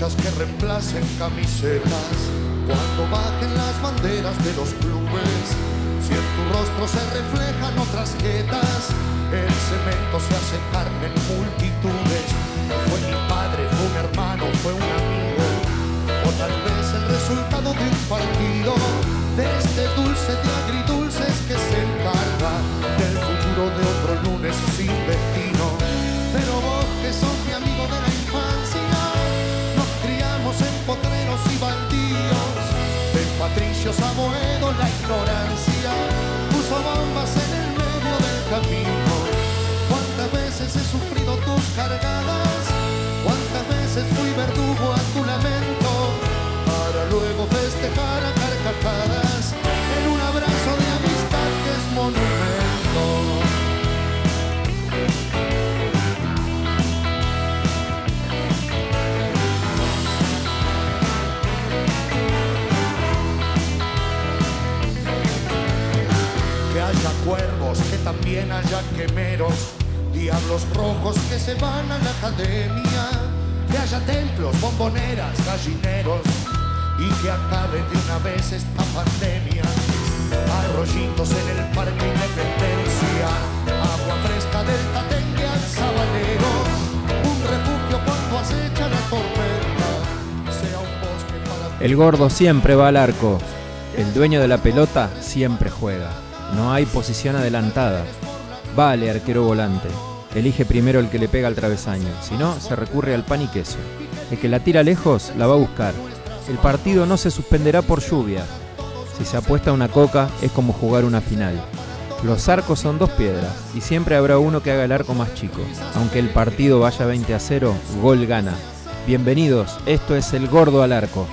hinchas que reemplacen camisetas. Cuando bajen las banderas de los clubes, si en tu rostro se reflejan otras jetas, el cemento se hace carne en multitudes. Fue mi padre, fue un hermano, fue un amigo, o tal vez el resultado de un partido, de este dulce de agridulces que se encarga del futuro de otro lunes sin destino. Pero vos que sos mi amigo de la infancia, nos criamos en potreros y baldíos, de patricios a Boedo la ignorancia puso bombas en el medio del camino. Cuántas veces he sufrido tus cargadas, cuántas veces fui verdugo a tu lamento, para luego festejar a carcajadas en un abrazo de amistad que es monumento. Que haya cuervos, que también haya quemeros, diablos rojos que se van a la academia, que haya templos, bomboneras, gallineros, y que acabe de una vez esta pandemia. Arroyitos en el Parque Independencia, agua fresca del Tatengue al Sabanero, un refugio cuando acecha la tormenta, sea un bosque para... El gordo siempre va al arco, el dueño de la pelota siempre juega, no hay posición adelantada. Vale, arquero volante, elige primero el que le pega al travesaño, si no, se recurre al pan y queso. El que la tira lejos, la va a buscar. El partido no se suspenderá por lluvia. Si se apuesta una coca, es como jugar una final. Los arcos son 2 piedras, y siempre habrá uno que haga el arco más chico. Aunque el partido vaya 20-0, gol gana. Bienvenidos, esto es El Gordo al Arco.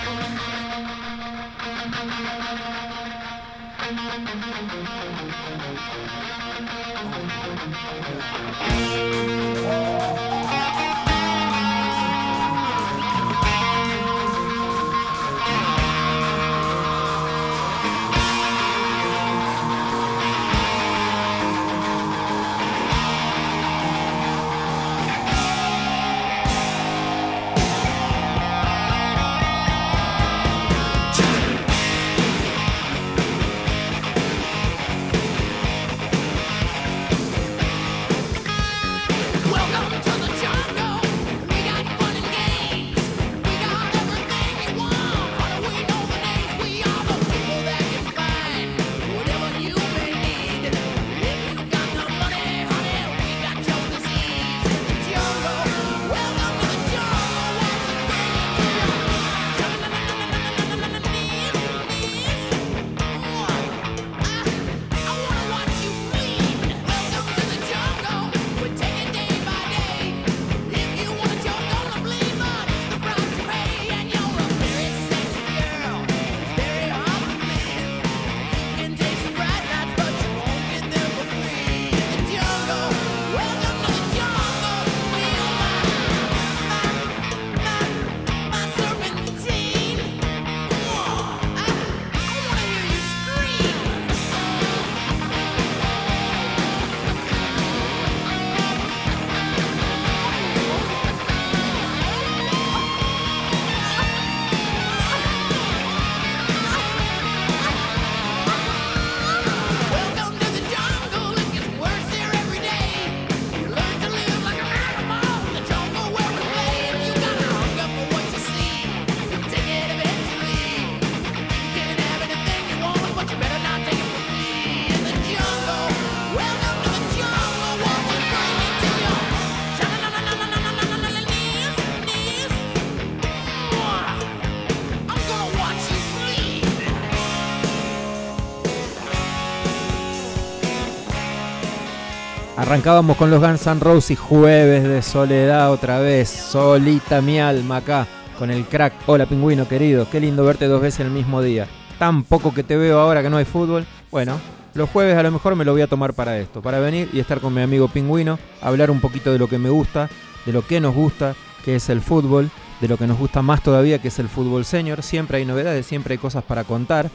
Arrancábamos con los Guns N' Roses, Jueves de Soledad otra vez, solita mi alma acá, con el crack. Hola Pingüino querido, qué lindo verte 2 veces el mismo día. Tan poco que te veo ahora que no hay fútbol. Bueno, los jueves a lo mejor me lo voy a tomar para esto, para venir y estar con mi amigo Pingüino, hablar un poquito de lo que me gusta, de lo que nos gusta, que es el fútbol, de lo que nos gusta más todavía, que es el fútbol senior. Siempre hay novedades, siempre hay cosas para contar.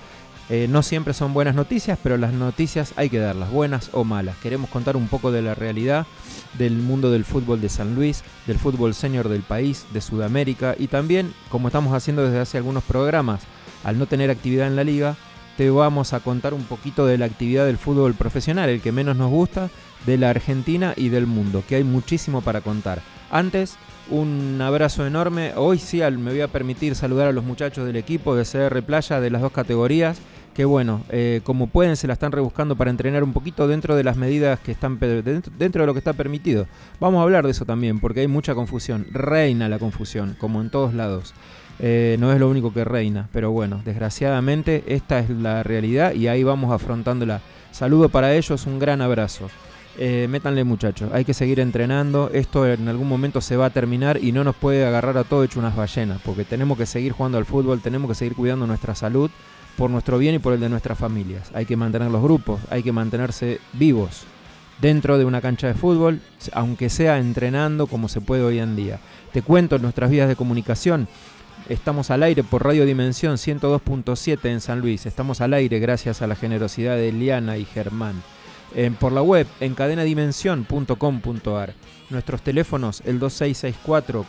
No siempre son buenas noticias, pero las noticias hay que darlas, buenas o malas. Queremos contar un poco de la realidad del mundo del fútbol de San Luis, del fútbol senior del país, de Sudamérica, y también, como estamos haciendo desde hace algunos programas, al no tener actividad en la liga, te vamos a contar un poquito de la actividad del fútbol profesional, el que menos nos gusta, de la Argentina y del mundo, que hay muchísimo para contar. Antes, un abrazo enorme. Hoy sí me voy a permitir saludar a los muchachos del equipo de CR Playa de las dos categorías, que bueno, como pueden se la están rebuscando para entrenar un poquito dentro de las medidas que están dentro de lo que está permitido. Vamos a hablar de eso también, porque hay mucha confusión, reina la confusión, como en todos lados. No es lo único que reina, pero bueno, desgraciadamente esta es la realidad y ahí vamos afrontándola. Saludo para ellos, un gran abrazo. Métanle, muchachos, hay que seguir entrenando. Esto en algún momento se va a terminar y no nos puede agarrar a todo hecho unas ballenas, porque tenemos que seguir jugando al fútbol, tenemos que seguir cuidando nuestra salud por nuestro bien y por el de nuestras familias. Hay que mantener los grupos, hay que mantenerse vivos dentro de una cancha de fútbol, aunque sea entrenando como se puede hoy en día. Te cuento nuestras vías de comunicación. Estamos al aire por Radio Dimensión 102.7 en San Luis. Estamos al aire gracias a la generosidad de Eliana y Germán. Por la web en cadenadimensión.com.ar. Nuestros teléfonos, el 2664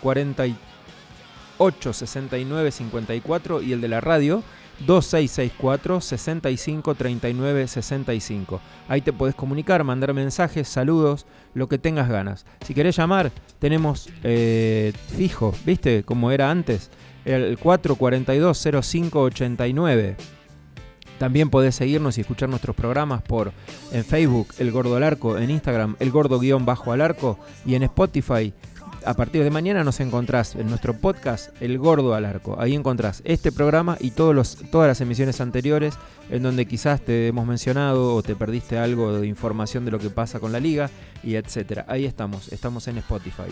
48 69 54 y el de la radio 2664 65 39 65. Ahí te podés comunicar, mandar mensajes, saludos, lo que tengas ganas. Si querés llamar, tenemos fijo, ¿viste? Como era antes, el 442 05 89. También podés seguirnos y escuchar nuestros programas en Facebook, El Gordo al Arco, en Instagram, El Gordo_al Arco, y en Spotify. A partir de mañana nos encontrás en nuestro podcast El Gordo al Arco. Ahí encontrás este programa y todas las emisiones anteriores en donde quizás te hemos mencionado o te perdiste algo de información de lo que pasa con la liga y etcétera. Ahí estamos en Spotify.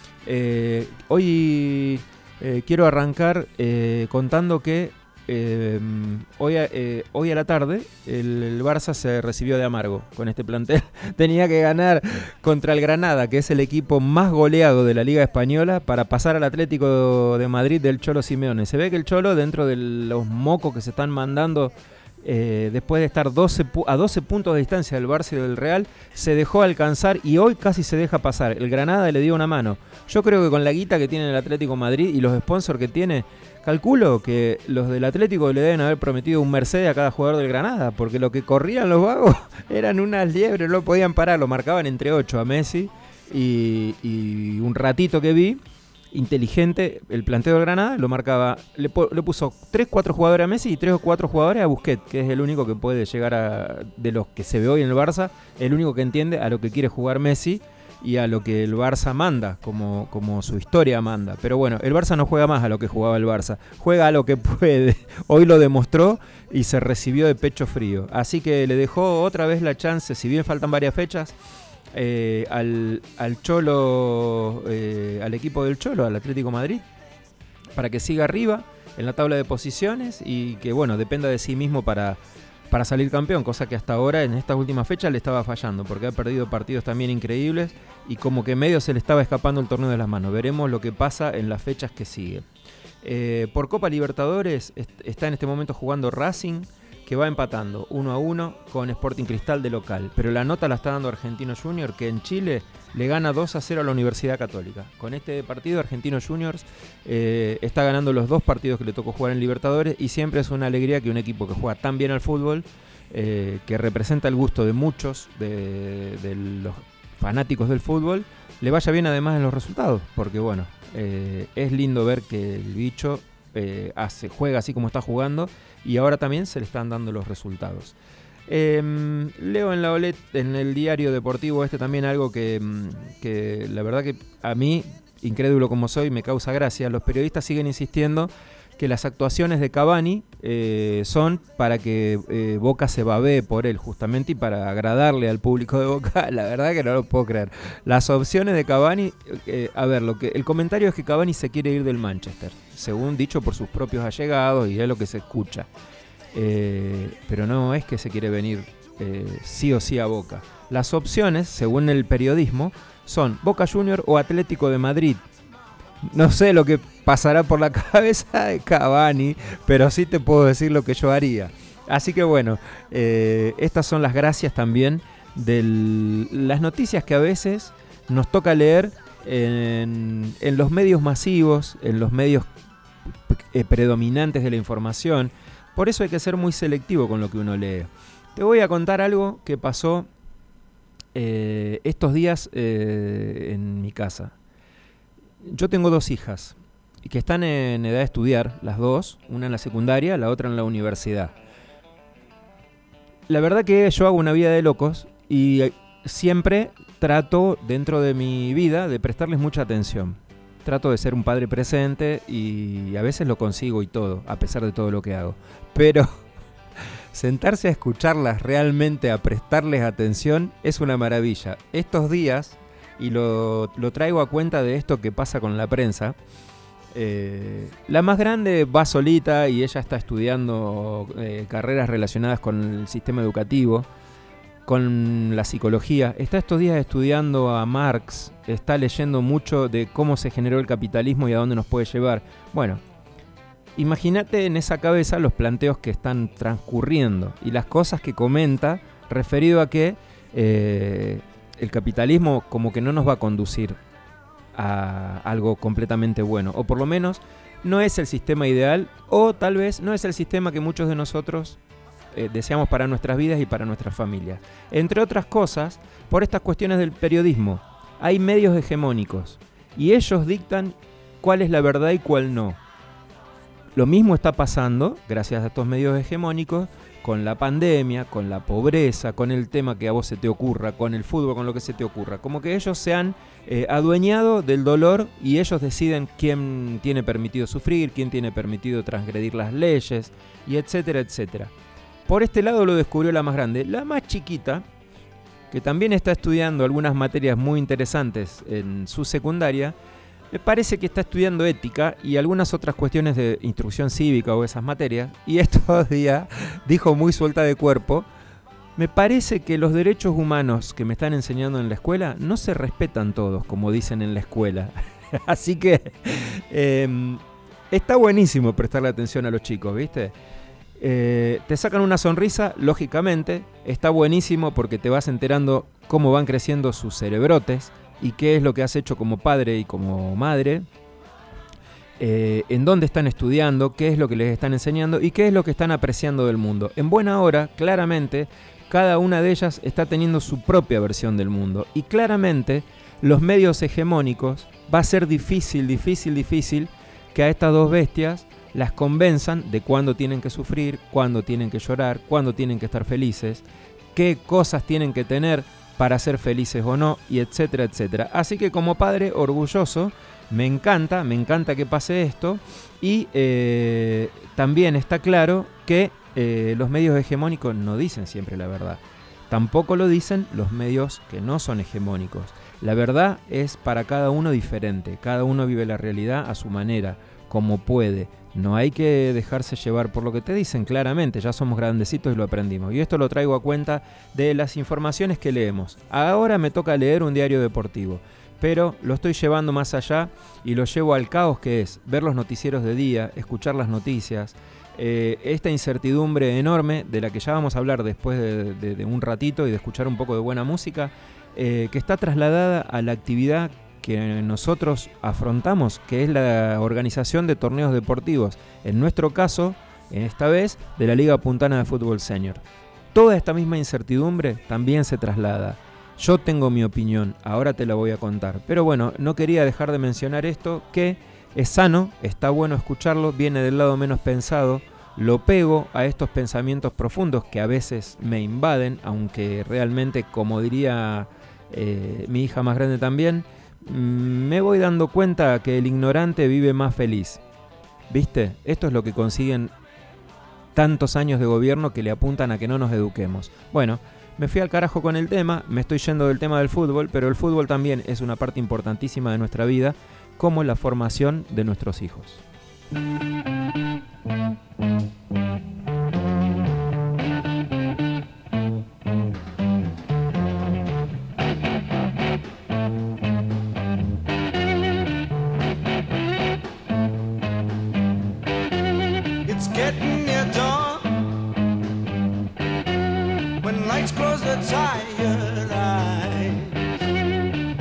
Hoy quiero arrancar contando que hoy a la tarde el Barça se recibió de amargo con este plantel. Tenía que ganar contra el Granada, que es el equipo más goleado de la Liga Española, para pasar al Atlético de Madrid del Cholo Simeone. Se ve que el Cholo, dentro de los mocos que se están mandando después de estar a 12 puntos de distancia del Barça y del Real, se dejó alcanzar y hoy casi se deja pasar. El Granada le dio una mano. Yo creo que con la guita que tiene el Atlético Madrid y los sponsors que tiene, calculo que los del Atlético le deben haber prometido un Mercedes a cada jugador del Granada, porque lo que corrían los vagos eran unas liebres, no podían parar, lo marcaban entre 8 a Messi y un ratito que vi, inteligente, el planteo del Granada lo marcaba, le puso 3-4 jugadores a Messi y 3 o 4 jugadores a Busquets, que es el único que puede llegar de los que se ve hoy en el Barça, el único que entiende a lo que quiere jugar Messi y a lo que el Barça manda, como su historia manda. Pero bueno, el Barça no juega más a lo que jugaba el Barça, juega a lo que puede. Hoy lo demostró y se recibió de pecho frío. Así que le dejó otra vez la chance, si bien faltan varias fechas, al Cholo, al equipo del Cholo, al Atlético Madrid, para que siga arriba en la tabla de posiciones y que bueno, dependa de sí mismo para salir campeón, cosa que hasta ahora en estas últimas fechas le estaba fallando, porque ha perdido partidos también increíbles y como que medio se le estaba escapando el torneo de las manos. Veremos lo que pasa en las fechas que siguen. Por Copa Libertadores está en este momento jugando Racing, que va empatando 1-1 con Sporting Cristal de local, pero la nota la está dando Argentinos Juniors, que en Chile le gana 2-0 a la Universidad Católica. Con este partido Argentinos Juniors está ganando los 2 partidos que le tocó jugar en Libertadores, y siempre es una alegría que un equipo que juega tan bien al fútbol, que representa el gusto de muchos de los fanáticos del fútbol, le vaya bien además en los resultados, porque bueno, es lindo ver que el bicho juega así como está jugando, y ahora también se le están dando los resultados. Leo en la OLED, en el diario deportivo también algo que la verdad que a mí, incrédulo como soy, me causa gracia. Los periodistas siguen insistiendo que las actuaciones de Cavani son para que Boca se babee por él, justamente, y para agradarle al público de Boca. La verdad que no lo puedo creer. Las opciones de Cavani, el comentario es que Cavani se quiere ir del Manchester, según dicho por sus propios allegados, y es lo que se escucha. Pero no es que se quiere venir sí o sí a Boca. Las opciones, según el periodismo, son Boca Juniors o Atlético de Madrid. No sé lo que pasará por la cabeza de Cavani, pero sí te puedo decir lo que yo haría. Así que bueno, estas son las gracias también de las noticias que a veces nos toca leer en los medios masivos, en los medios predominantes de la información. Por eso hay que ser muy selectivo con lo que uno lee. Te voy a contar algo que pasó estos días en mi casa. Yo tengo 2 hijas que están en edad de estudiar, las dos, una en la secundaria, la otra en la universidad. La verdad que yo hago una vida de locos y siempre trato dentro de mi vida de prestarles mucha atención. Trato de ser un padre presente y a veces lo consigo y todo, a pesar de todo lo que hago. Pero sentarse a escucharlas realmente, a prestarles atención, es una maravilla. Estos días, y lo traigo a cuenta de esto que pasa con la prensa, la más grande va solita y ella está estudiando carreras relacionadas con el sistema educativo, con la psicología. Está estos días estudiando a Marx, está leyendo mucho de cómo se generó el capitalismo y a dónde nos puede llevar. Bueno, imagínate en esa cabeza los planteos que están transcurriendo y las cosas que comenta referido a que el capitalismo como que no nos va a conducir a algo completamente bueno, o por lo menos no es el sistema ideal, o tal vez no es el sistema que muchos de nosotros deseamos para nuestras vidas y para nuestras familias. Entre otras cosas, por estas cuestiones del periodismo, hay medios hegemónicos y ellos dictan cuál es la verdad y cuál no. Lo mismo está pasando, gracias a estos medios hegemónicos, con la pandemia, con la pobreza, con el tema que a vos se te ocurra, con el fútbol, con lo que se te ocurra. Como que ellos se han adueñado del dolor y ellos deciden quién tiene permitido sufrir, quién tiene permitido transgredir las leyes, y etcétera, etcétera. Por este lado lo descubrió la más grande. La más chiquita, que también está estudiando algunas materias muy interesantes en su secundaria, me parece que está estudiando ética y algunas otras cuestiones de instrucción cívica o esas materias, y estos días dijo muy suelta de cuerpo: me parece que los derechos humanos que me están enseñando en la escuela no se respetan todos, como dicen en la escuela. Así que está buenísimo prestarle atención a los chicos, ¿viste? Te sacan una sonrisa, lógicamente, está buenísimo porque te vas enterando cómo van creciendo sus cerebrotes y qué es lo que has hecho como padre y como madre, en dónde están estudiando, qué es lo que les están enseñando y qué es lo que están apreciando del mundo. En buena hora, claramente, cada una de ellas está teniendo su propia versión del mundo y claramente los medios hegemónicos va a ser difícil que a estas dos bestias las convenzan de cuándo tienen que sufrir, cuándo tienen que llorar, cuándo tienen que estar felices, qué cosas tienen que tener para ser felices o no, y etcétera, etcétera. Así que como padre orgulloso, me encanta que pase esto, y también está claro que los medios hegemónicos no dicen siempre la verdad. Tampoco lo dicen los medios que no son hegemónicos. La verdad es para cada uno diferente, cada uno vive la realidad a su manera, como puede. No hay que dejarse llevar por lo que te dicen, claramente, ya somos grandecitos y lo aprendimos. Y esto lo traigo a cuenta de las informaciones que leemos. Ahora me toca leer un diario deportivo, pero lo estoy llevando más allá y lo llevo al caos que es ver los noticieros de día, escuchar las noticias, esta incertidumbre enorme de la que ya vamos a hablar después de un ratito y de escuchar un poco de buena música, que está trasladada a la actividad que nosotros afrontamos, que es la organización de torneos deportivos, en nuestro caso, esta vez, de la Liga Puntana de Fútbol Senior. Toda esta misma incertidumbre también se traslada. Yo tengo mi opinión, ahora te la voy a contar, pero bueno, no quería dejar de mencionar esto, que es sano, está bueno escucharlo, viene del lado menos pensado, lo pego a estos pensamientos profundos que a veces me invaden, aunque realmente, como diría mi hija más grande también, me voy dando cuenta que el ignorante vive más feliz. ¿Viste? Esto es lo que consiguen tantos años de gobierno que le apuntan a que no nos eduquemos. Bueno, me fui al carajo con el tema, me estoy yendo del tema del fútbol, pero el fútbol también es una parte importantísima de nuestra vida, como la formación de nuestros hijos.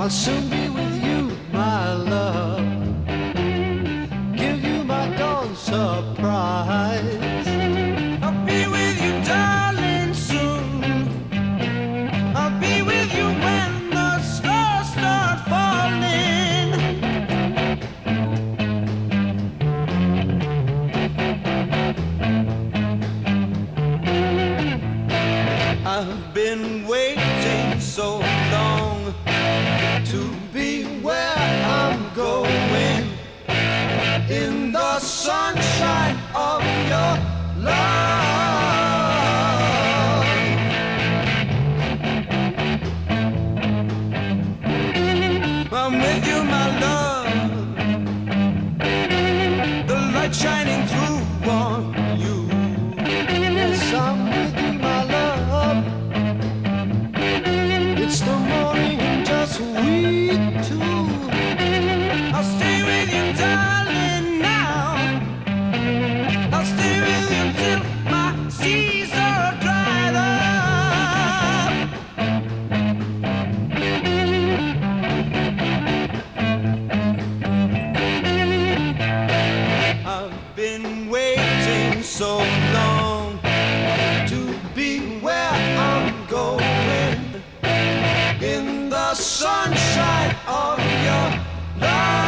I'll soon be with you, my love. Give you my dawn surprise. I'll be with you, darling, soon. I'll be with you when the stars start falling. I've been waiting so long to be where I'm going, in the sunshine of your love. I'm with you, my love, the light shining through on you. Yes, I'm with you, my love. It's the morning and just we two. I'll stay with you, darling, now. I'll stay with you till my seas are dried up. I've been waiting so long to be where I'm going, in the sunshine of your love.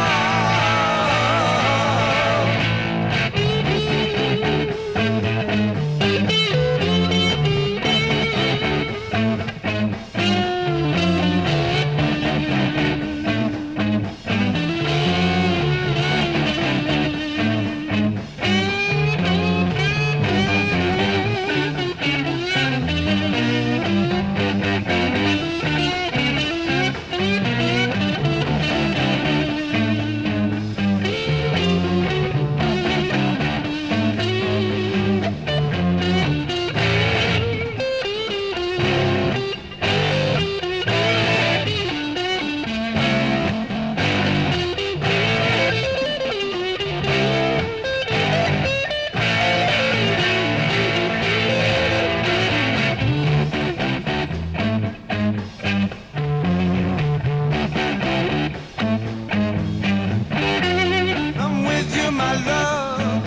I'm with you, my love,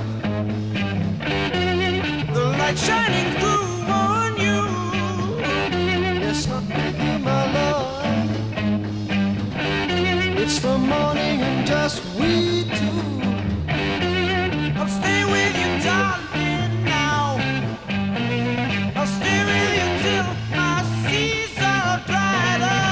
the light shining through on you. Yes, I'm with you, my love. It's the morning and just we two. I'll stay with you, darling, now. I'll stay with you till my seas are dried up.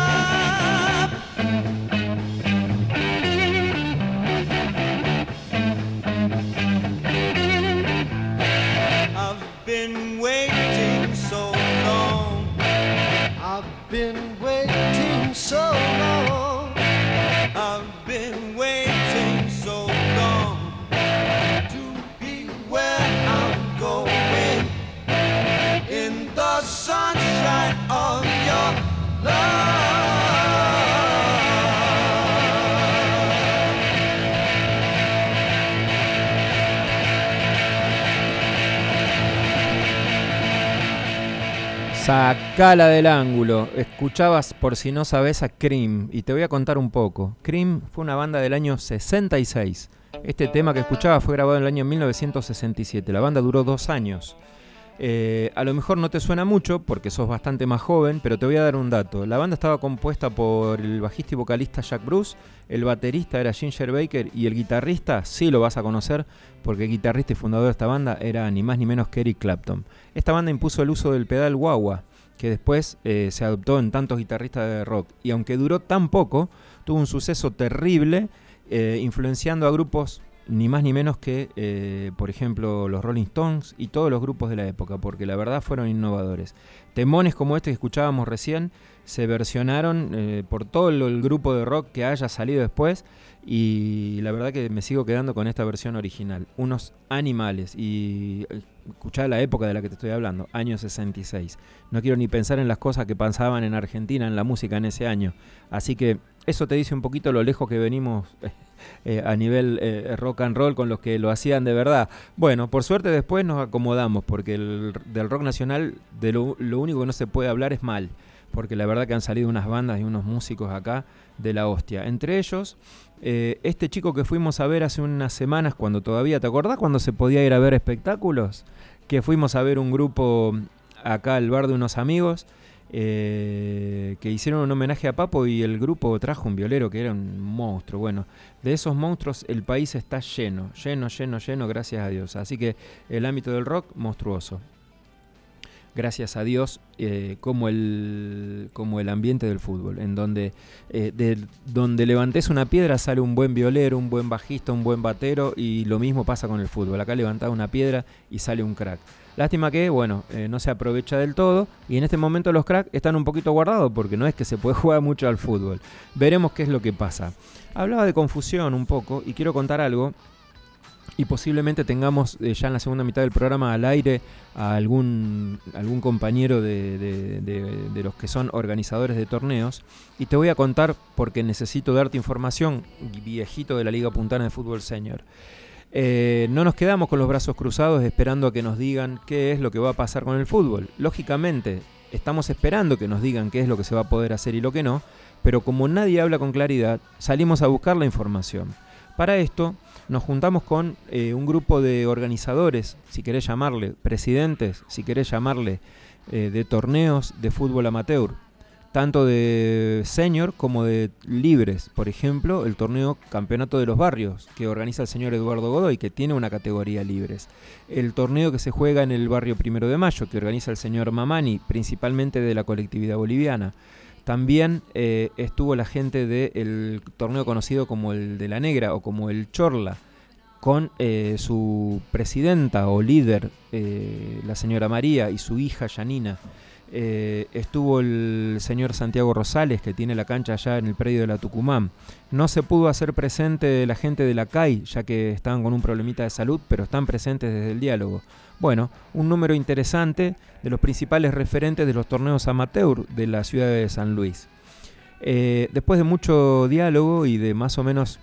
I've been waiting so long. I've been waiting so long. I've been waiting so long to be where I'm going, in the sunshine of your love. Sacala del ángulo. Escuchabas, por si no sabes, a Cream. Y te voy a contar un poco. Cream fue una banda del año 66. Este tema que escuchabas fue grabado en el año 1967. La banda duró 2 años. A lo mejor no te suena mucho porque sos bastante más joven, pero te voy a dar un dato. La banda estaba compuesta por el bajista y vocalista Jack Bruce, el baterista era Ginger Baker y el guitarrista, sí lo vas a conocer porque el guitarrista y fundador de esta banda era ni más ni menos que Eric Clapton. Esta banda impuso el uso del pedal wah-wah, que después se adoptó en tantos guitarristas de rock, y aunque duró tan poco, tuvo un suceso terrible, influenciando a grupos ni más ni menos que, por ejemplo, los Rolling Stones y todos los grupos de la época, porque la verdad fueron innovadores. Temones como este que escuchábamos recién se versionaron por todo el grupo de rock que haya salido después, y la verdad que me sigo quedando con esta versión original. Unos animales, y escuchá la época de la que te estoy hablando, año 66. No quiero ni pensar en las cosas que pasaban en Argentina en la música en ese año. Así que eso te dice un poquito lo lejos que venimos a nivel rock and roll con los que lo hacían de verdad. Bueno, por suerte después nos acomodamos, porque del rock nacional lo único que no se puede hablar es mal, porque la verdad que han salido unas bandas y unos músicos acá de la hostia. Entre ellos, este chico que fuimos a ver hace unas semanas, cuando todavía, ¿te acordás cuando se podía ir a ver espectáculos? Que fuimos a ver un grupo acá al bar de unos amigos, que hicieron un homenaje a Papo, y el grupo trajo un violero que era un monstruo. Bueno, de esos monstruos el país está lleno, gracias a Dios. Así que el ámbito del rock, monstruoso. Gracias a Dios, como el ambiente del fútbol, en donde donde levantes una piedra sale un buen violero, un buen bajista, un buen batero, y lo mismo pasa con el fútbol. Acá levantás una piedra y sale un crack. Lástima que, no se aprovecha del todo, y en este momento los cracks están un poquito guardados, porque no es que se puede jugar mucho al fútbol. Veremos qué es lo que pasa. Hablaba de confusión un poco, y quiero contar algo, y posiblemente tengamos ya en la segunda mitad del programa al aire a algún compañero de los que son organizadores de torneos, y te voy a contar porque necesito darte información, viejito de la Liga Puntana de Fútbol Senior. No nos quedamos con los brazos cruzados esperando a que nos digan qué es lo que va a pasar con el fútbol. Lógicamente, estamos esperando que nos digan qué es lo que se va a poder hacer y lo que no, pero como nadie habla con claridad, salimos a buscar la información. Para esto, nos juntamos con un grupo de organizadores, si querés llamarle, presidentes, si querés llamarle, de torneos de fútbol amateur, tanto de senior como de libres. Por ejemplo, el torneo Campeonato de los Barrios, que organiza el señor Eduardo Godoy, que tiene una categoría libres. El torneo que se juega en el barrio 1 de Mayo, que organiza el señor Mamani, principalmente de la colectividad boliviana. También estuvo la gente del torneo conocido como el de la Negra o como el Chorla, con su presidenta o líder, la señora María, y su hija Yanina. Estuvo el señor Santiago Rosales, que tiene la cancha allá en el predio de la Tucumán. No se pudo hacer presente la gente de la CAI, ya que estaban con un problemita de salud, pero están presentes desde el diálogo. Bueno, un número interesante de los principales referentes de los torneos amateur de la ciudad de San Luis. Después de mucho diálogo y de más o menos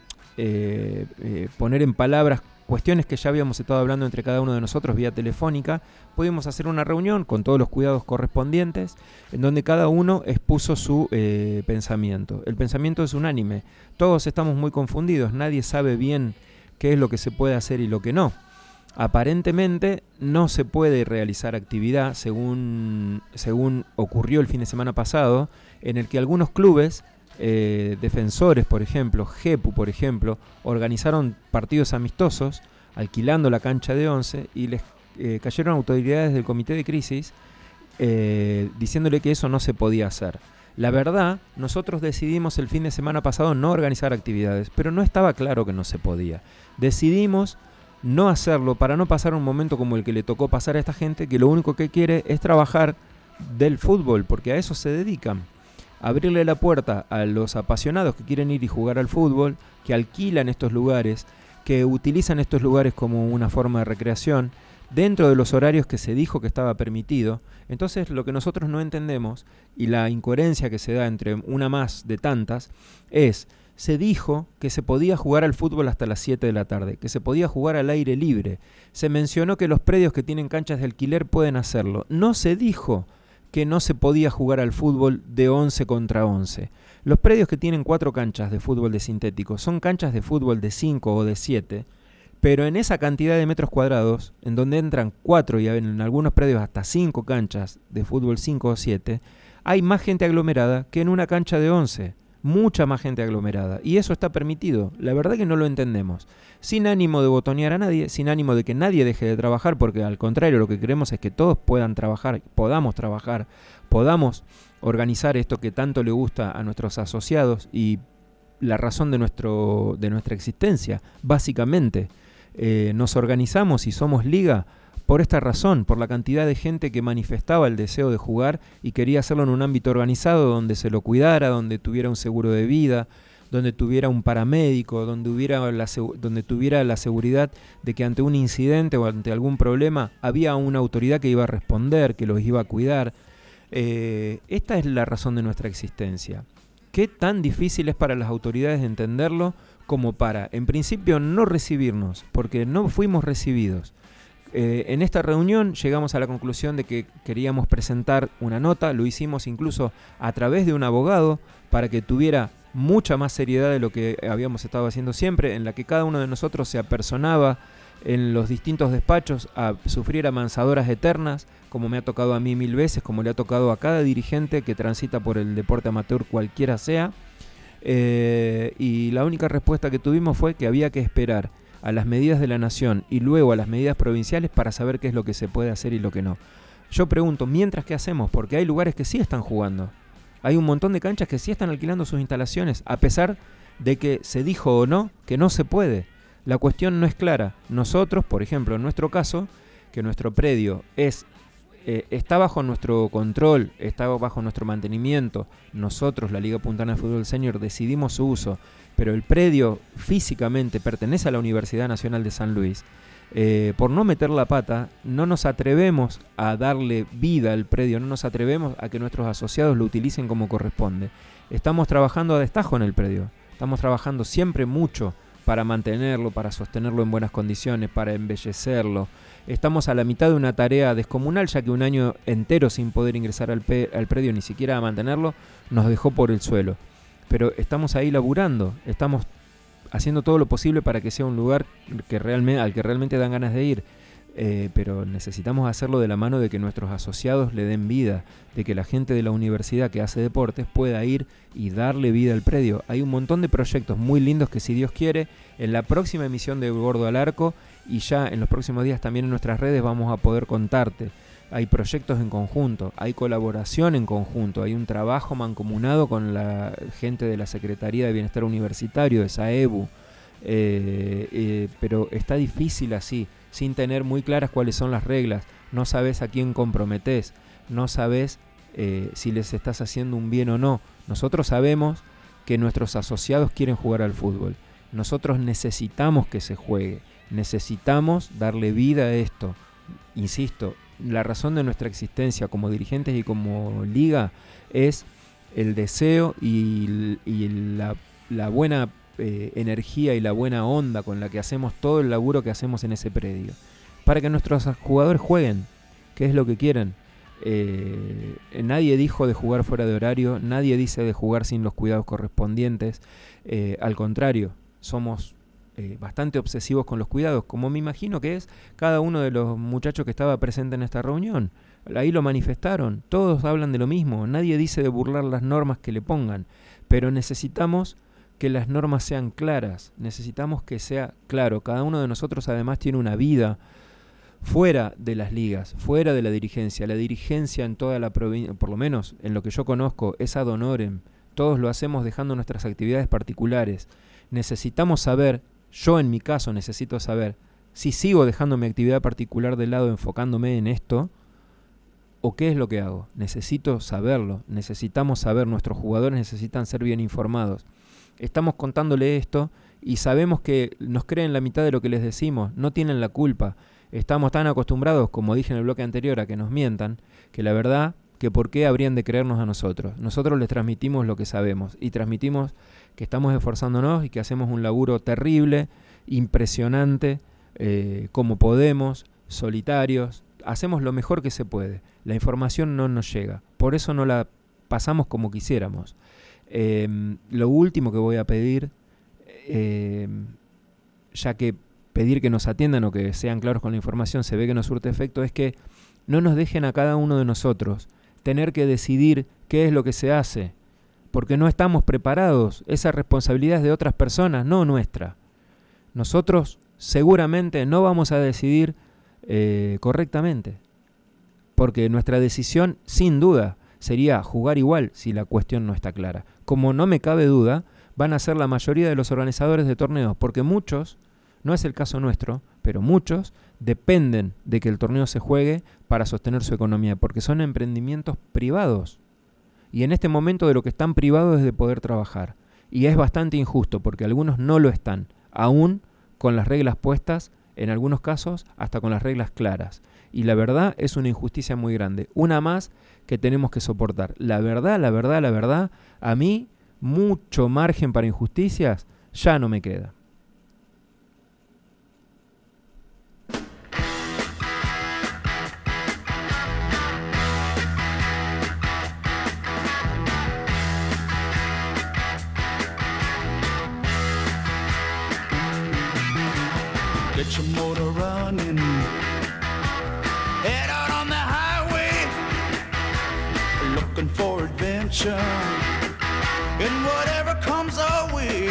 poner en palabras cuestiones que ya habíamos estado hablando entre cada uno de nosotros vía telefónica, pudimos hacer una reunión con todos los cuidados correspondientes, en donde cada uno expuso su pensamiento. El pensamiento es unánime, todos estamos muy confundidos, nadie sabe bien qué es lo que se puede hacer y lo que no. Aparentemente no se puede realizar actividad según ocurrió el fin de semana pasado, en el que algunos clubes, Defensores, por ejemplo, GEPU, por ejemplo, organizaron partidos amistosos alquilando la cancha de 11, y les cayeron autoridades del comité de crisis diciéndole que eso no se podía hacer. La verdad, nosotros decidimos el fin de semana pasado no organizar actividades, pero no estaba claro que no se podía. Decidimos no hacerlo para no pasar un momento como el que le tocó pasar a esta gente, que lo único que quiere es trabajar del fútbol, porque a eso se dedican. Abrirle la puerta a los apasionados que quieren ir y jugar al fútbol, que alquilan estos lugares, que utilizan estos lugares como una forma de recreación, dentro de los horarios que se dijo que estaba permitido. Entonces, lo que nosotros no entendemos, y la incoherencia que se da entre una más de tantas, es: se dijo que se podía jugar al fútbol hasta las 7 de la tarde, que se podía jugar al aire libre. Se mencionó que los predios que tienen canchas de alquiler pueden hacerlo. No se dijo que no se podía jugar al fútbol de 11 contra 11. Los predios que tienen 4 canchas de fútbol de sintético son canchas de fútbol de 5 o de 7, pero en esa cantidad de metros cuadrados, en donde entran 4 y en algunos predios hasta 5 canchas de fútbol 5 o 7, hay más gente aglomerada que en una cancha de 11. Mucha más gente aglomerada, y eso está permitido. La verdad que no lo entendemos, sin ánimo de botonear a nadie, sin ánimo de que nadie deje de trabajar, porque al contrario, lo que queremos es que todos puedan trabajar, podamos organizar esto que tanto le gusta a nuestros asociados y la razón de nuestra existencia. Básicamente, nos organizamos y somos liga por esta razón, por la cantidad de gente que manifestaba el deseo de jugar y quería hacerlo en un ámbito organizado, donde se lo cuidara, donde tuviera un seguro de vida, donde tuviera un paramédico, donde tuviera la seguridad de que ante un incidente o ante algún problema había una autoridad que iba a responder, que los iba a cuidar. Esta es la razón de nuestra existencia. ¿Qué tan difícil es para las autoridades entenderlo como para, en principio, no recibirnos? Porque no fuimos recibidos. En esta reunión llegamos a la conclusión de que queríamos presentar una nota, lo hicimos incluso a través de un abogado para que tuviera mucha más seriedad de lo que habíamos estado haciendo siempre, en la que cada uno de nosotros se apersonaba en los distintos despachos a sufrir amansadoras eternas, como me ha tocado a mí 1000 veces, como le ha tocado a cada dirigente que transita por el deporte amateur cualquiera sea. Y la única respuesta que tuvimos fue que había que esperar a las medidas de la nación y luego a las medidas provinciales para saber qué es lo que se puede hacer y lo que no. Yo pregunto, ¿mientras qué hacemos? Porque hay lugares que sí están jugando. Hay un montón de canchas que sí están alquilando sus instalaciones, a pesar de que se dijo o no que no se puede. La cuestión no es clara. Nosotros, por ejemplo, en nuestro caso, que nuestro predio está bajo nuestro control, está bajo nuestro mantenimiento. Nosotros, la Liga Puntana de Fútbol Senior, decidimos su uso, pero el predio físicamente pertenece a la Universidad Nacional de San Luis. Por no meter la pata, no nos atrevemos a darle vida al predio, no nos atrevemos a que nuestros asociados lo utilicen como corresponde. Estamos trabajando a destajo en el predio, estamos trabajando siempre mucho para mantenerlo, para sostenerlo en buenas condiciones, para embellecerlo. Estamos a la mitad de una tarea descomunal, ya que un año entero sin poder ingresar al predio, ni siquiera a mantenerlo, nos dejó por el suelo. Pero estamos ahí laburando, estamos haciendo todo lo posible para que sea un lugar al que realmente dan ganas de ir. Pero necesitamos hacerlo de la mano de que nuestros asociados le den vida, de que la gente de la universidad que hace deportes pueda ir y darle vida al predio. Hay un montón de proyectos muy lindos que, si Dios quiere, en la próxima emisión de Gordo al Arco y ya en los próximos días también en nuestras redes vamos a poder contarte. Hay proyectos en conjunto, hay colaboración en conjunto, hay un trabajo mancomunado con la gente de la Secretaría de Bienestar Universitario, de SAEBU, pero está difícil así, sin tener muy claras cuáles son las reglas. No sabes a quién comprometés, no sabes si les estás haciendo un bien o no. Nosotros sabemos que nuestros asociados quieren jugar al fútbol. Nosotros necesitamos que se juegue, necesitamos darle vida a esto. Insisto, la razón de nuestra existencia como dirigentes y como liga es el deseo y la buena energía y la buena onda con la que hacemos todo el laburo que hacemos en ese predio, para que nuestros jugadores jueguen, que es lo que quieren. Nadie dijo de jugar fuera de horario, nadie dice de jugar sin los cuidados correspondientes, al contrario, somos bastante obsesivos con los cuidados, como me imagino que es cada uno de los muchachos que estaba presente en esta reunión. Ahí lo manifestaron, todos hablan de lo mismo, nadie dice de burlar las normas que le pongan, pero necesitamos que las normas sean claras, necesitamos que sea claro. Cada uno de nosotros además tiene una vida fuera de las ligas, fuera de la dirigencia. La dirigencia en toda la provincia, por lo menos en lo que yo conozco, es ad honorem. Todos lo hacemos dejando nuestras actividades particulares. Necesitamos saber, yo en mi caso necesito saber, si sigo dejando mi actividad particular de lado enfocándome en esto, o qué es lo que hago. Necesito saberlo, necesitamos saber, nuestros jugadores necesitan ser bien informados. Estamos contándole esto y sabemos que nos creen la mitad de lo que les decimos, no tienen la culpa. Estamos tan acostumbrados, como dije en el bloque anterior, a que nos mientan, que la verdad, que por qué habrían de creernos a nosotros. Nosotros les transmitimos lo que sabemos y transmitimos que estamos esforzándonos y que hacemos un laburo terrible, impresionante, como podemos, solitarios. Hacemos lo mejor que se puede. La información no nos llega, por eso no la pasamos como quisiéramos. Lo último que voy a pedir, ya que pedir que nos atiendan o que sean claros con la información se ve que no surte efecto, es que no nos dejen a cada uno de nosotros tener que decidir qué es lo que se hace, porque no estamos preparados. Esa responsabilidad es de otras personas, no nuestra. Nosotros seguramente no vamos a decidir correctamente, porque nuestra decisión, sin duda, sería jugar igual si la cuestión no está clara. Como no me cabe duda, van a ser la mayoría de los organizadores de torneos, porque muchos, no es el caso nuestro, pero muchos dependen de que el torneo se juegue para sostener su economía, porque son emprendimientos privados. Y en este momento de lo que están privados es de poder trabajar. Y es bastante injusto, porque algunos no lo están, aún con las reglas puestas, en algunos casos hasta con las reglas claras. Y la verdad es una injusticia muy grande. Una más que tenemos que soportar. La verdad, a mí mucho margen para injusticias ya no me queda. Get your motor running. Head out on the highway, looking for adventure. And whatever comes our way,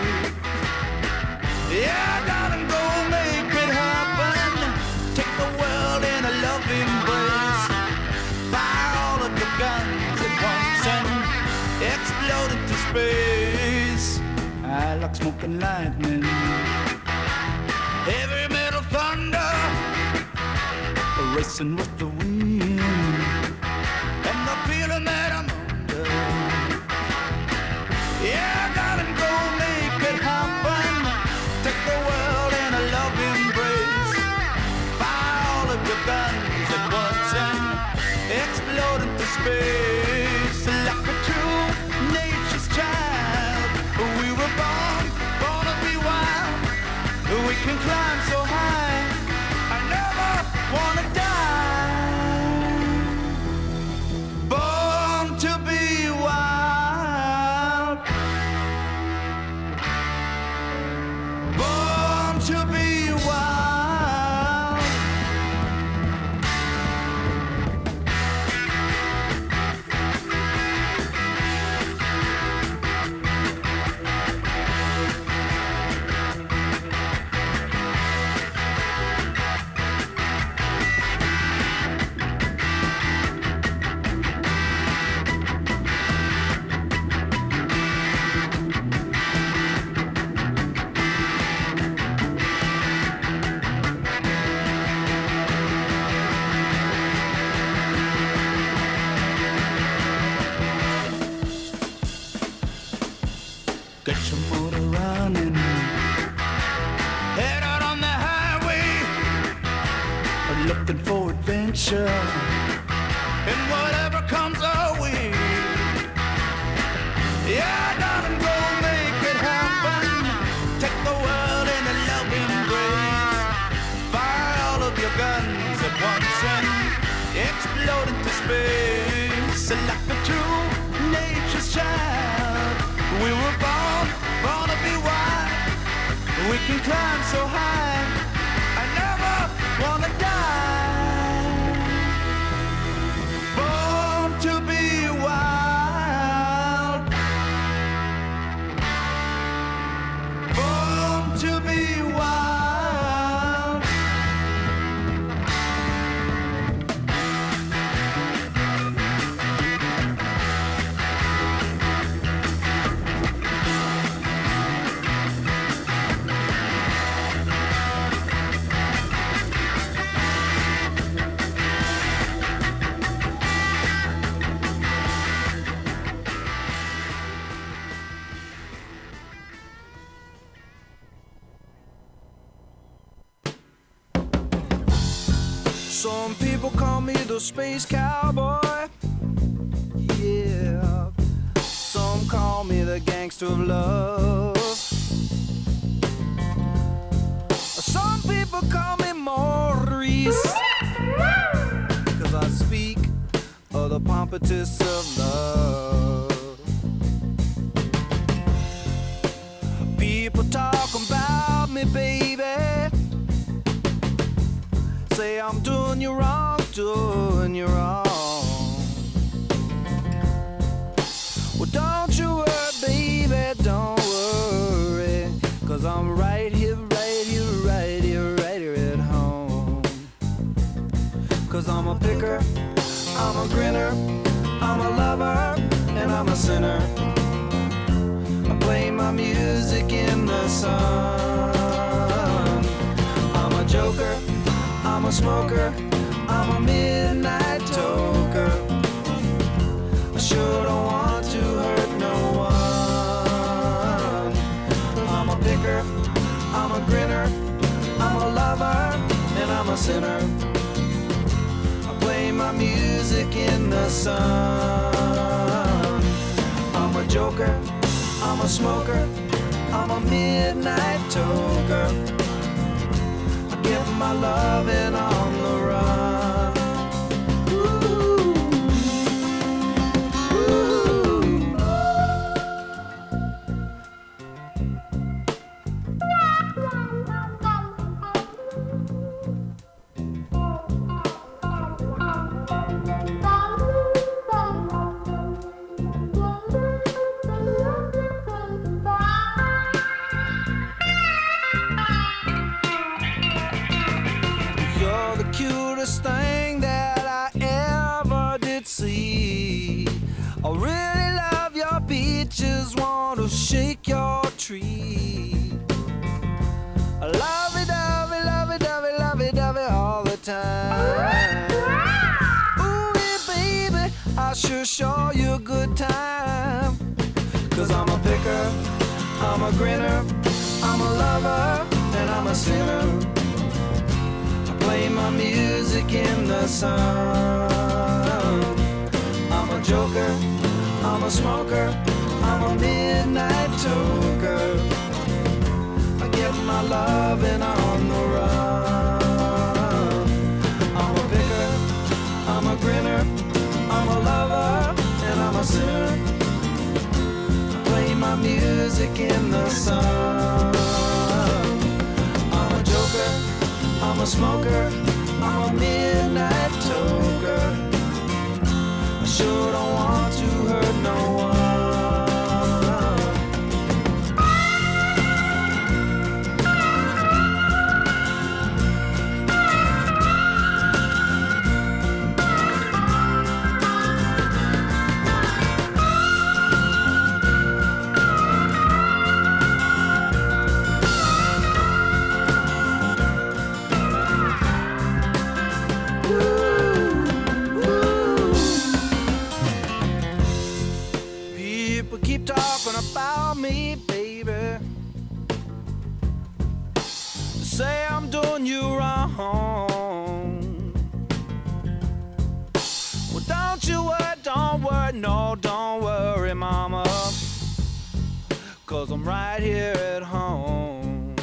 yeah, darling, go make it happen. Take the world in a loving embrace. Fire all of your guns at once and explode into space. I like smoking lightning, heavy metal thunder, racing with the wind, and the feeling that I'm under. Yeah, darling, go make it happen. Take the world in a loving embrace. Fire all of your guns at once and explode into space. Like a true nature's child, we were born to be wild. We can climb so high, I never wanna die. Born to be wild. Born to be wild. Get your motor running. Head out on the highway, looking for adventure. And whatever comes our way, yeah, darling, go make it happen. Take the world in a loving embrace. Fire all of your guns at once and explode into space. Like a true nature's child, we were born to be wild. We can climb so high, I never wanna die. Born to be wild. Born to be wild. Some people call me the space cowboy. Yeah. Some call me the gangster of love. Some people call me Maurice, 'cause I speak of the pompatus of love. People talk about me, baby. Say I'm doing you wrong, doing you wrong. Well, don't you worry, baby, don't worry, 'cause I'm right here, right here, right here, right here at home. 'Cause I'm a picker, I'm a grinner, I'm a lover, and I'm a sinner. I play my music in the sun. I'm a joker, I'm a smoker, I'm a midnight toker. I sure don't want to hurt no one. I'm a picker, I'm a grinner, I'm a lover, and I'm a sinner. I play my music in the sun. I'm a joker, I'm a smoker, I'm a midnight toker. Get my loving on the run. Ooh. Ooh. You're the cutest thing that I ever did see. I really love your beaches, want to shake your tree. I love it, all the time. Ooh, yeah, baby, I sure show you a good time. 'Cause I'm a picker, I'm a grinner, I'm a lover, and I'm a sinner. I play my music in the sun. I'm a joker, I'm a smoker, I'm a midnight toker. I get my loving on the run. I'm a picker, I'm a grinner, I'm a lover, and I'm a sinner. I play my music in the sun. I'm a joker, I'm a smoker, I'm a midnight toker. I sure don't want to hurt no one. People keep talking about me, baby. Say I'm doing you wrong. Well, don't worry, no, don't worry, mama. 'Cause I'm right here at home.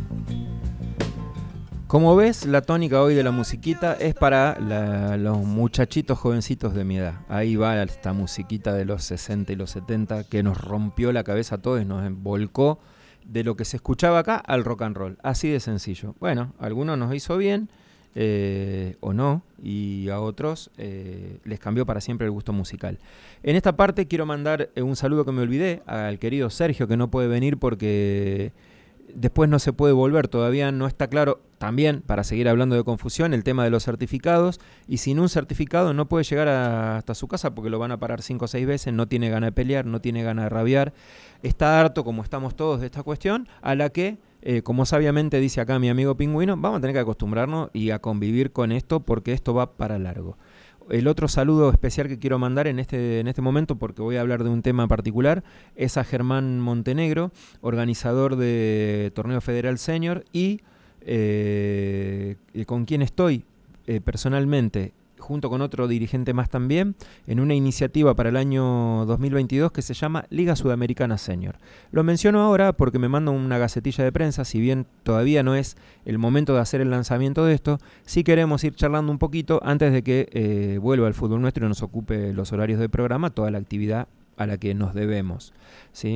Como ves, la tónica hoy de la musiquita es para los muchachitos jovencitos de mi edad. Ahí va esta musiquita de los 60 y los 70 que nos rompió la cabeza a todos y nos volcó de lo que se escuchaba acá al rock and roll. Así de sencillo. Bueno, a algunos nos hizo bien o no, y a otros les cambió para siempre el gusto musical. En esta parte quiero mandar un saludo que me olvidé al querido Sergio, que no puede venir porque después no se puede volver, todavía no está claro. También, para seguir hablando de confusión, el tema de los certificados, y sin un certificado no puede llegar hasta su casa porque lo van a parar 5 o 6 veces, no tiene ganas de pelear, no tiene ganas de rabiar, está harto, como estamos todos, de esta cuestión, a la que, como sabiamente dice acá mi amigo Pingüino, vamos a tener que acostumbrarnos y a convivir con esto porque esto va para largo. El otro saludo especial que quiero mandar en este momento, porque voy a hablar de un tema particular, es a Germán Montenegro, organizador de Torneo Federal Senior y con quien estoy personalmente, junto con otro dirigente más también, en una iniciativa para el año 2022 que se llama Liga Sudamericana Senior. Lo menciono ahora porque me manda una gacetilla de prensa, si bien todavía no es el momento de hacer el lanzamiento de esto, sí queremos ir charlando un poquito antes de que vuelva el fútbol nuestro y nos ocupe los horarios del programa, toda la actividad a la que nos debemos, ¿sí?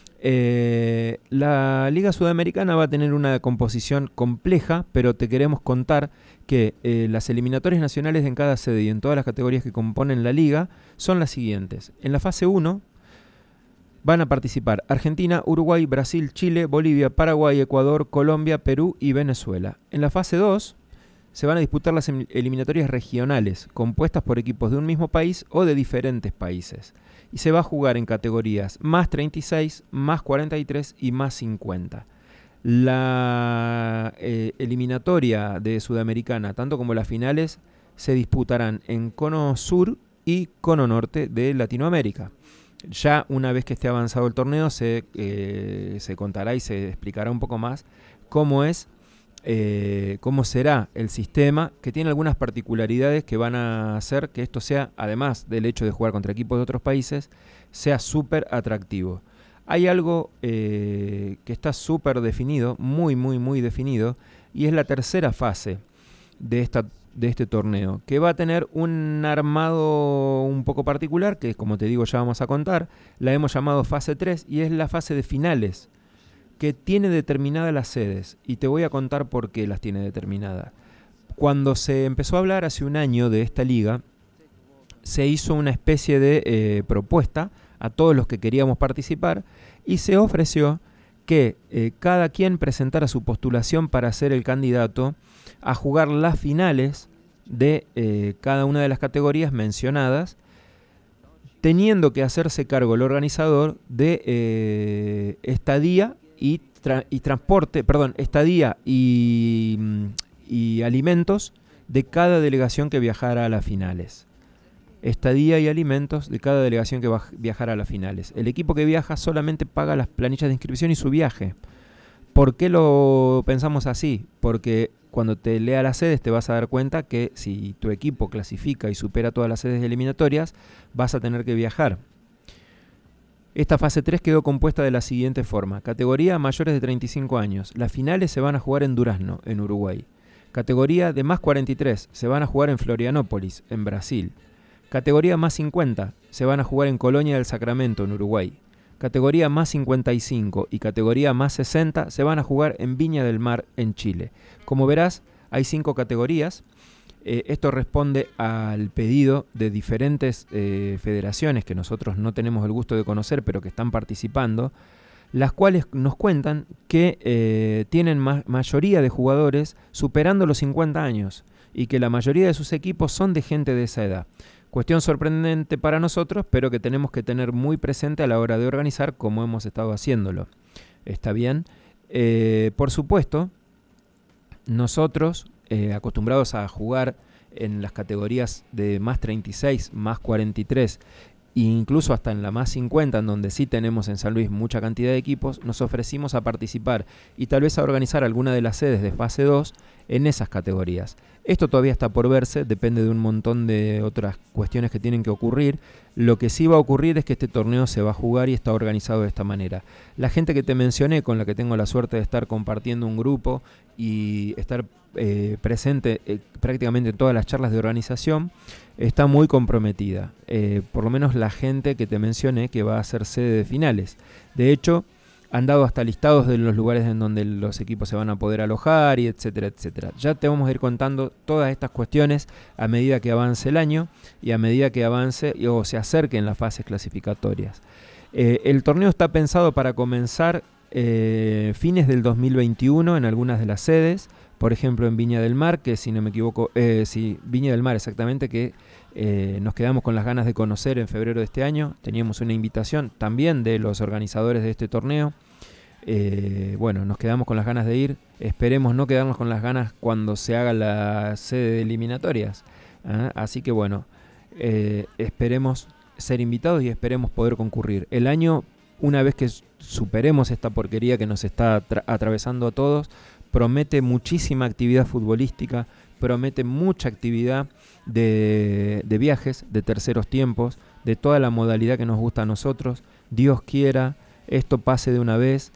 La Liga Sudamericana va a tener una composición compleja, pero te queremos contar que las eliminatorias nacionales en cada sede y en todas las categorías que componen la liga son las siguientes. En la fase 1 van a participar Argentina, Uruguay, Brasil, Chile, Bolivia, Paraguay, Ecuador, Colombia, Perú y Venezuela. En la fase 2 se van a disputar las eliminatorias regionales, compuestas por equipos de un mismo país o de diferentes países. Y se va a jugar en categorías más 36, más 43 y más 50. La eliminatoria de Sudamericana, tanto como las finales, se disputarán en Cono Sur y Cono Norte de Latinoamérica. Ya una vez que esté avanzado el torneo se contará y se explicará un poco más cómo será el sistema, que tiene algunas particularidades que van a hacer que esto sea, además del hecho de jugar contra equipos de otros países, sea súper atractivo. Hay algo que está súper definido, muy definido, y es la tercera fase de este torneo, que va a tener un armado un poco particular, que como te digo ya vamos a contar, la hemos llamado fase 3, y es la fase de finales, que tiene determinadas las sedes, y te voy a contar por qué las tiene determinadas. Cuando se empezó a hablar hace un año de esta liga, se hizo una especie de propuesta a todos los que queríamos participar, y se ofreció que cada quien presentara su postulación para ser el candidato a jugar las finales de cada una de las categorías mencionadas, teniendo que hacerse cargo el organizador de estadía y transporte, estadía y alimentos de cada delegación que viajara a las finales. Estadía y alimentos de cada delegación que viajara a las finales. El equipo que viaja solamente paga las planillas de inscripción y su viaje. ¿Por qué lo pensamos así? Porque cuando te lea las sedes te vas a dar cuenta que si tu equipo clasifica y supera todas las sedes eliminatorias, vas a tener que viajar. Esta fase 3 quedó compuesta de la siguiente forma. Categoría mayores de 35 años. Las finales se van a jugar en Durazno, en Uruguay. Categoría de más 43 se van a jugar en Florianópolis, en Brasil. Categoría más 50 se van a jugar en Colonia del Sacramento, en Uruguay. Categoría más 55 y categoría más 60 se van a jugar en Viña del Mar, en Chile. Como verás, hay 5 categorías. Esto responde al pedido de diferentes federaciones que nosotros no tenemos el gusto de conocer, pero que están participando, las cuales nos cuentan que tienen mayoría de jugadores superando los 50 años y que la mayoría de sus equipos son de gente de esa edad. Cuestión sorprendente para nosotros, pero que tenemos que tener muy presente a la hora de organizar como hemos estado haciéndolo. ¿Está bien? Por supuesto, nosotros, acostumbrados a jugar en las categorías de más 36, más 43, e incluso hasta en la más 50, en donde sí tenemos en San Luis mucha cantidad de equipos, nos ofrecimos a participar y tal vez a organizar alguna de las sedes de fase 2 en esas categorías. Esto todavía está por verse, depende de un montón de otras cuestiones que tienen que ocurrir. Lo que sí va a ocurrir es que este torneo se va a jugar y está organizado de esta manera. La gente que te mencioné, con la que tengo la suerte de estar compartiendo un grupo y estar presente prácticamente en todas las charlas de organización, está muy comprometida. Por lo menos la gente que te mencioné que va a ser sede de finales. De hecho, han dado hasta listados de los lugares en donde los equipos se van a poder alojar y etcétera, etcétera. Ya te vamos a ir contando todas estas cuestiones a medida que avance el año y a medida que avance o se acerquen las fases clasificatorias. El torneo está pensado para comenzar fines del 2021 en algunas de las sedes, por ejemplo en Viña del Mar, que si no me equivoco, Viña del Mar exactamente, que nos quedamos con las ganas de conocer en febrero de este año. Teníamos una invitación también de los organizadores de este torneo. Bueno, nos quedamos con las ganas de ir. Esperemos no quedarnos con las ganas cuando se haga la sede de eliminatorias. Así que bueno, esperemos ser invitados y esperemos poder concurrir. El año, una vez que superemos esta porquería que nos está atravesando a todos, promete muchísima actividad futbolística, promete mucha actividad de viajes, de terceros tiempos, de toda la modalidad que nos gusta a nosotros. Dios quiera, esto pase de una vez,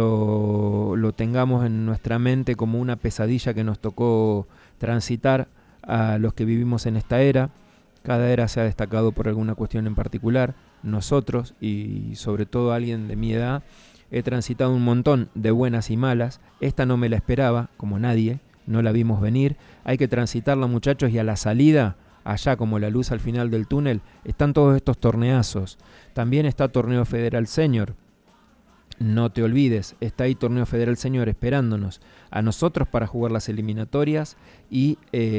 lo tengamos en nuestra mente como una pesadilla que nos tocó transitar a los que vivimos en esta era. Cada era se ha destacado por alguna cuestión en particular. Nosotros, y sobre todo alguien de mi edad, he transitado un montón de buenas y malas. Esta no me la esperaba, como nadie, no la vimos venir. Hay que transitarla, muchachos, y a la salida, allá como la luz al final del túnel, están todos estos torneazos. También está Torneo Federal Senior. No te olvides, está ahí Torneo Federal Senior esperándonos a nosotros para jugar las eliminatorias y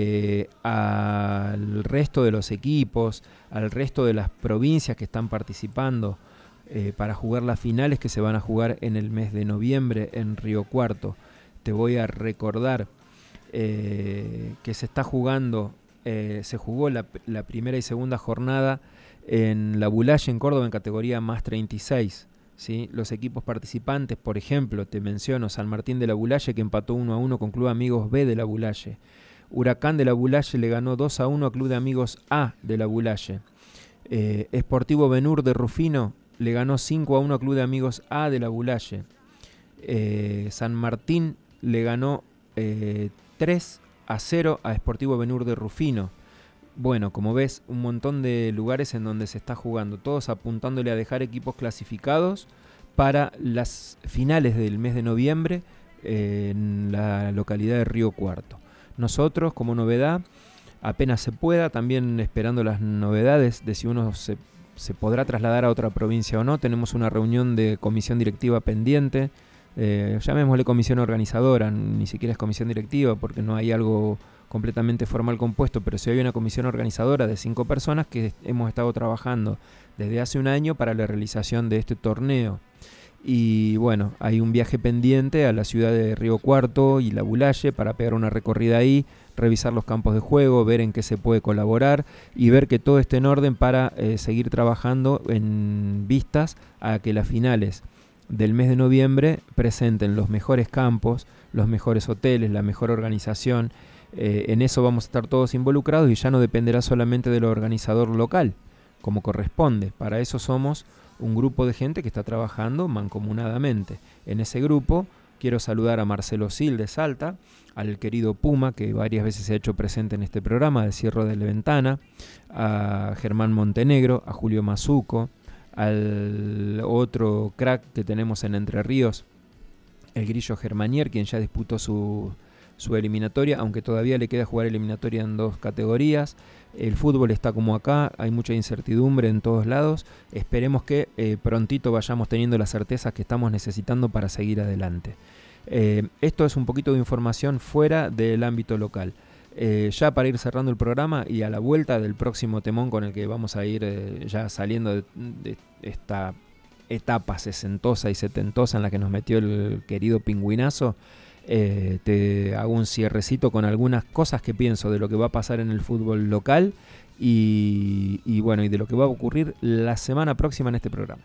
al resto de los equipos, al resto de las provincias que están participando para jugar las finales que se van a jugar en el mes de noviembre en Río Cuarto. Te voy a recordar que se está jugando, se jugó la primera y segunda jornada en La Bulaye, en Córdoba, en categoría más 36. ¿Sí? Los equipos participantes, por ejemplo, te menciono San Martín de La Bulaye, que empató 1-1 con Club Amigos B de La Bulaye. Huracán de La Bulaye le ganó 2-1 a Club de Amigos A de La Bulaye. Sportivo Benur de Rufino le ganó 5-1 a Club de Amigos A de La Bulaye. San Martín le ganó 3-0 a Sportivo Benur de Rufino. Bueno, como ves, un montón de lugares en donde se está jugando, todos apuntándole a dejar equipos clasificados para las finales del mes de noviembre en la localidad de Río Cuarto. Nosotros, como novedad, apenas se pueda, también esperando las novedades de si uno se podrá trasladar a otra provincia o no, tenemos una reunión de comisión directiva pendiente llamémosle comisión organizadora, ni siquiera es comisión directiva porque no hay algo completamente formal compuesto, pero sí hay una comisión organizadora de 5 personas que hemos estado trabajando desde hace un año para la realización de este torneo. Y bueno, hay un viaje pendiente a la ciudad de Río Cuarto y La Bulaye para pegar una recorrida ahí, revisar los campos de juego, ver en qué se puede colaborar y ver que todo esté en orden para seguir trabajando en vistas a que las finales del mes de noviembre presenten los mejores campos, los mejores hoteles, la mejor organización. En eso vamos a estar todos involucrados y ya no dependerá solamente del organizador local, como corresponde. Para eso somos un grupo de gente que está trabajando mancomunadamente. En ese grupo quiero saludar a Marcelo Sil de Salta, al querido Puma, que varias veces se ha hecho presente en este programa, de Cierro de la Ventana, a Germán Montenegro, a Julio Mazuco, al otro crack que tenemos en Entre Ríos, el Grillo Germanier, quien ya disputó su eliminatoria, aunque todavía le queda jugar eliminatoria en 2 categorías. El fútbol está como acá, hay mucha incertidumbre en todos lados. Esperemos que prontito vayamos teniendo las certezas que estamos necesitando para seguir adelante. Esto es un poquito de información fuera del ámbito local. Ya para ir cerrando el programa y a la vuelta del próximo temón con el que vamos a ir ya saliendo de esta etapa sesentosa y setentosa en la que nos metió el querido pingüinazo, te hago un cierrecito con algunas cosas que pienso de lo que va a pasar en el fútbol local y bueno, y de lo que va a ocurrir la semana próxima en este programa.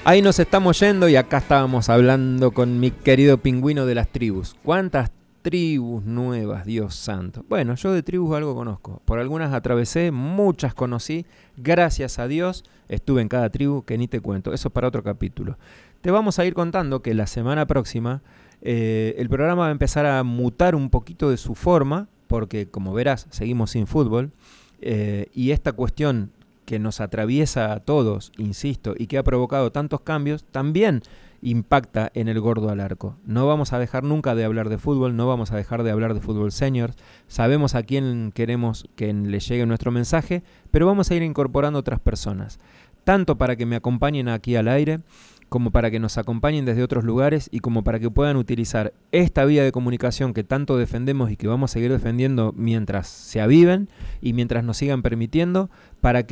Ahí nos estamos yendo y acá estábamos hablando con mi querido pingüino de las tribus. ¿Cuántas tribus nuevas, Dios santo? Bueno, yo de tribus algo conozco. Por algunas atravesé, muchas conocí. Gracias a Dios estuve en cada tribu que ni te cuento. Eso es para otro capítulo. Te vamos a ir contando que la semana próxima el programa va a empezar a mutar un poquito de su forma, porque como verás, seguimos sin fútbol. Y esta cuestión que nos atraviesa a todos, insisto, y que ha provocado tantos cambios, también impacta en el Gordo al Arco. No vamos a dejar nunca de hablar de fútbol, no vamos a dejar de hablar de fútbol senior. Sabemos a quién queremos que le llegue nuestro mensaje, pero vamos a ir incorporando otras personas, tanto para que me acompañen aquí al aire, como para que nos acompañen desde otros lugares y como para que puedan utilizar esta vía de comunicación que tanto defendemos y que vamos a seguir defendiendo mientras se aviven y mientras nos sigan permitiendo, para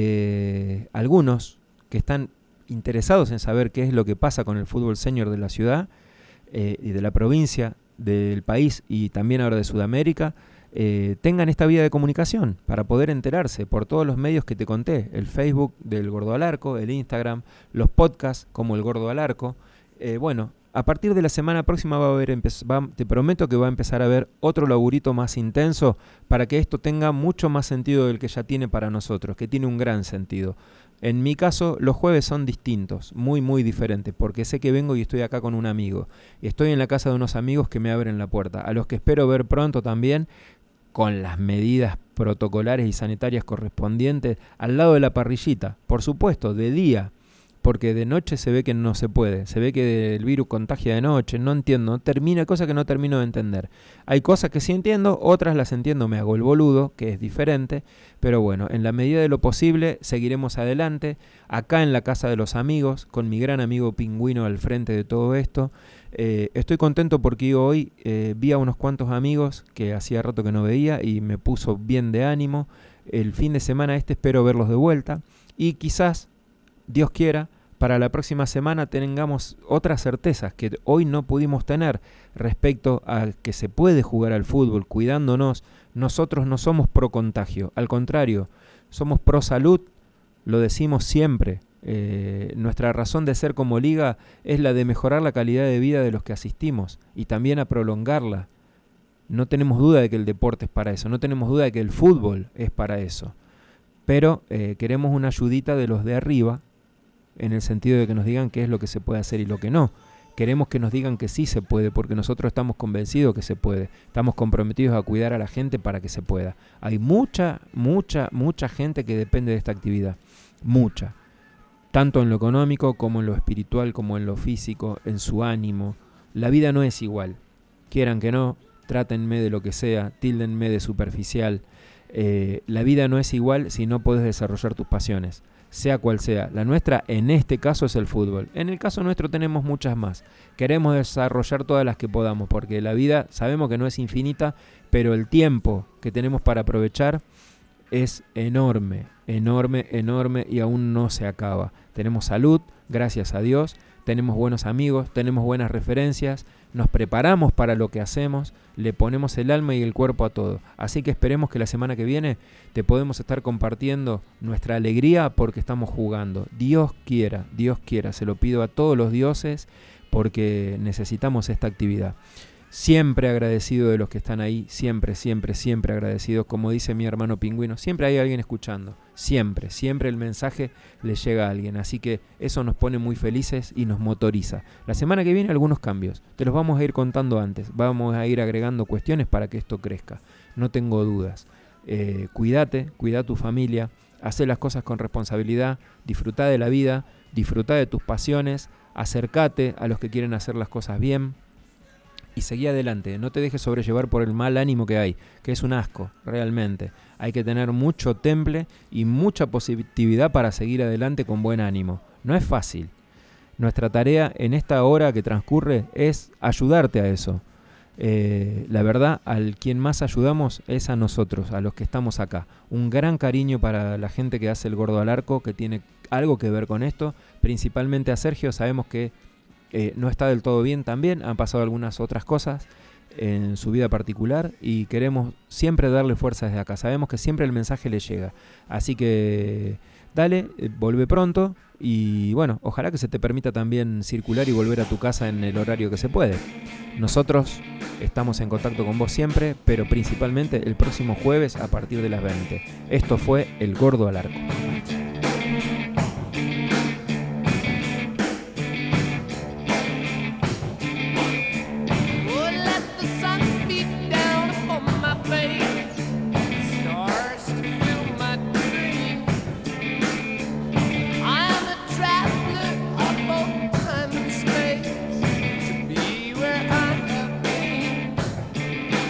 que algunos que están interesados en saber qué es lo que pasa con el fútbol senior de la ciudad y de la provincia, del país y también ahora de Sudamérica, tengan esta vía de comunicación para poder enterarse por todos los medios que te conté, el Facebook del Gordo al Arco, el Instagram, los podcasts como el Gordo al Arco. Bueno, a partir de la semana próxima te prometo que va a empezar a haber otro laburito más intenso para que esto tenga mucho más sentido del que ya tiene para nosotros, que tiene un gran sentido. En mi caso, los jueves son distintos, muy, muy diferentes, porque sé que vengo y estoy acá con un amigo. Estoy en la casa de unos amigos que me abren la puerta, a los que espero ver pronto también, con las medidas protocolares y sanitarias correspondientes, al lado de la parrillita, por supuesto, de día, porque de noche se ve que no se puede, se ve que el virus contagia de noche, no entiendo, cosas que no termino de entender. Hay cosas que sí entiendo, otras las entiendo, me hago el boludo, que es diferente, pero bueno, en la medida de lo posible seguiremos adelante, acá en la casa de los amigos, con mi gran amigo Pingüino al frente de todo esto. Estoy contento porque hoy vi a unos cuantos amigos que hacía rato que no veía y me puso bien de ánimo. El fin de semana espero verlos de vuelta y quizás, Dios quiera, para la próxima semana tengamos otras certezas que hoy no pudimos tener respecto a que se puede jugar al fútbol cuidándonos. Nosotros no somos pro contagio, al contrario, somos pro salud, lo decimos siempre. Nuestra razón de ser como liga es la de mejorar la calidad de vida de los que asistimos y también a prolongarla. No tenemos duda de que el deporte es para eso, no tenemos duda de que el fútbol es para eso, pero queremos una ayudita de los de arriba, en el sentido de que nos digan qué es lo que se puede hacer y lo que no. Queremos que nos digan que sí se puede, porque nosotros estamos convencidos que se puede. Estamos comprometidos a cuidar a la gente para que se pueda. Hay mucha gente que depende de esta actividad. Mucha. Tanto en lo económico, como en lo espiritual, como en lo físico, en su ánimo. La vida no es igual. Quieran que no, trátenme de lo que sea, tíldenme de superficial. La vida no es igual si no puedes desarrollar tus pasiones, sea cual sea. La nuestra en este caso es el fútbol. En el caso nuestro tenemos muchas más. Queremos desarrollar todas las que podamos, porque la vida sabemos que no es infinita, pero el tiempo que tenemos para aprovechar es enorme, enorme, enorme y aún no se acaba. Tenemos salud, gracias a Dios, tenemos buenos amigos, tenemos buenas referencias, nos preparamos para lo que hacemos, le ponemos el alma y el cuerpo a todo. Así que esperemos que la semana que viene te podemos estar compartiendo nuestra alegría porque estamos jugando. Dios quiera, se lo pido a todos los dioses porque necesitamos esta actividad. Siempre agradecido de los que están ahí, siempre, siempre, siempre agradecido. Como dice mi hermano Pingüino, siempre hay alguien escuchando. Siempre, siempre el mensaje le llega a alguien. Así que eso nos pone muy felices y nos motoriza. La semana que viene algunos cambios. Te los vamos a ir contando antes. Vamos a ir agregando cuestiones para que esto crezca. No tengo dudas. Cuídate, cuida a tu familia. Hacé las cosas con responsabilidad. Disfrutá de la vida. Disfrutá de tus pasiones. Acércate a los que quieren hacer las cosas bien. Y seguí adelante, no te dejes sobrellevar por el mal ánimo que hay, que es un asco, realmente. Hay que tener mucho temple y mucha positividad para seguir adelante con buen ánimo. No es fácil. Nuestra tarea en esta hora que transcurre es ayudarte a eso. La verdad, al quien más ayudamos es a nosotros, a los que estamos acá. Un gran cariño para la gente que hace el Gordo al Arco, que tiene algo que ver con esto. Principalmente a Sergio, sabemos que no está del todo bien también, han pasado algunas otras cosas, en su vida particular y queremos siempre darle fuerza desde acá. Sabemos que siempre el mensaje le llega. Así que dale, volvé pronto y bueno, ojalá que se te permita también circular y volver a tu casa en el horario que se puede. Nosotros estamos en contacto con vos siempre, pero principalmente el próximo jueves a partir de las 20. Esto fue El Gordo al Arco.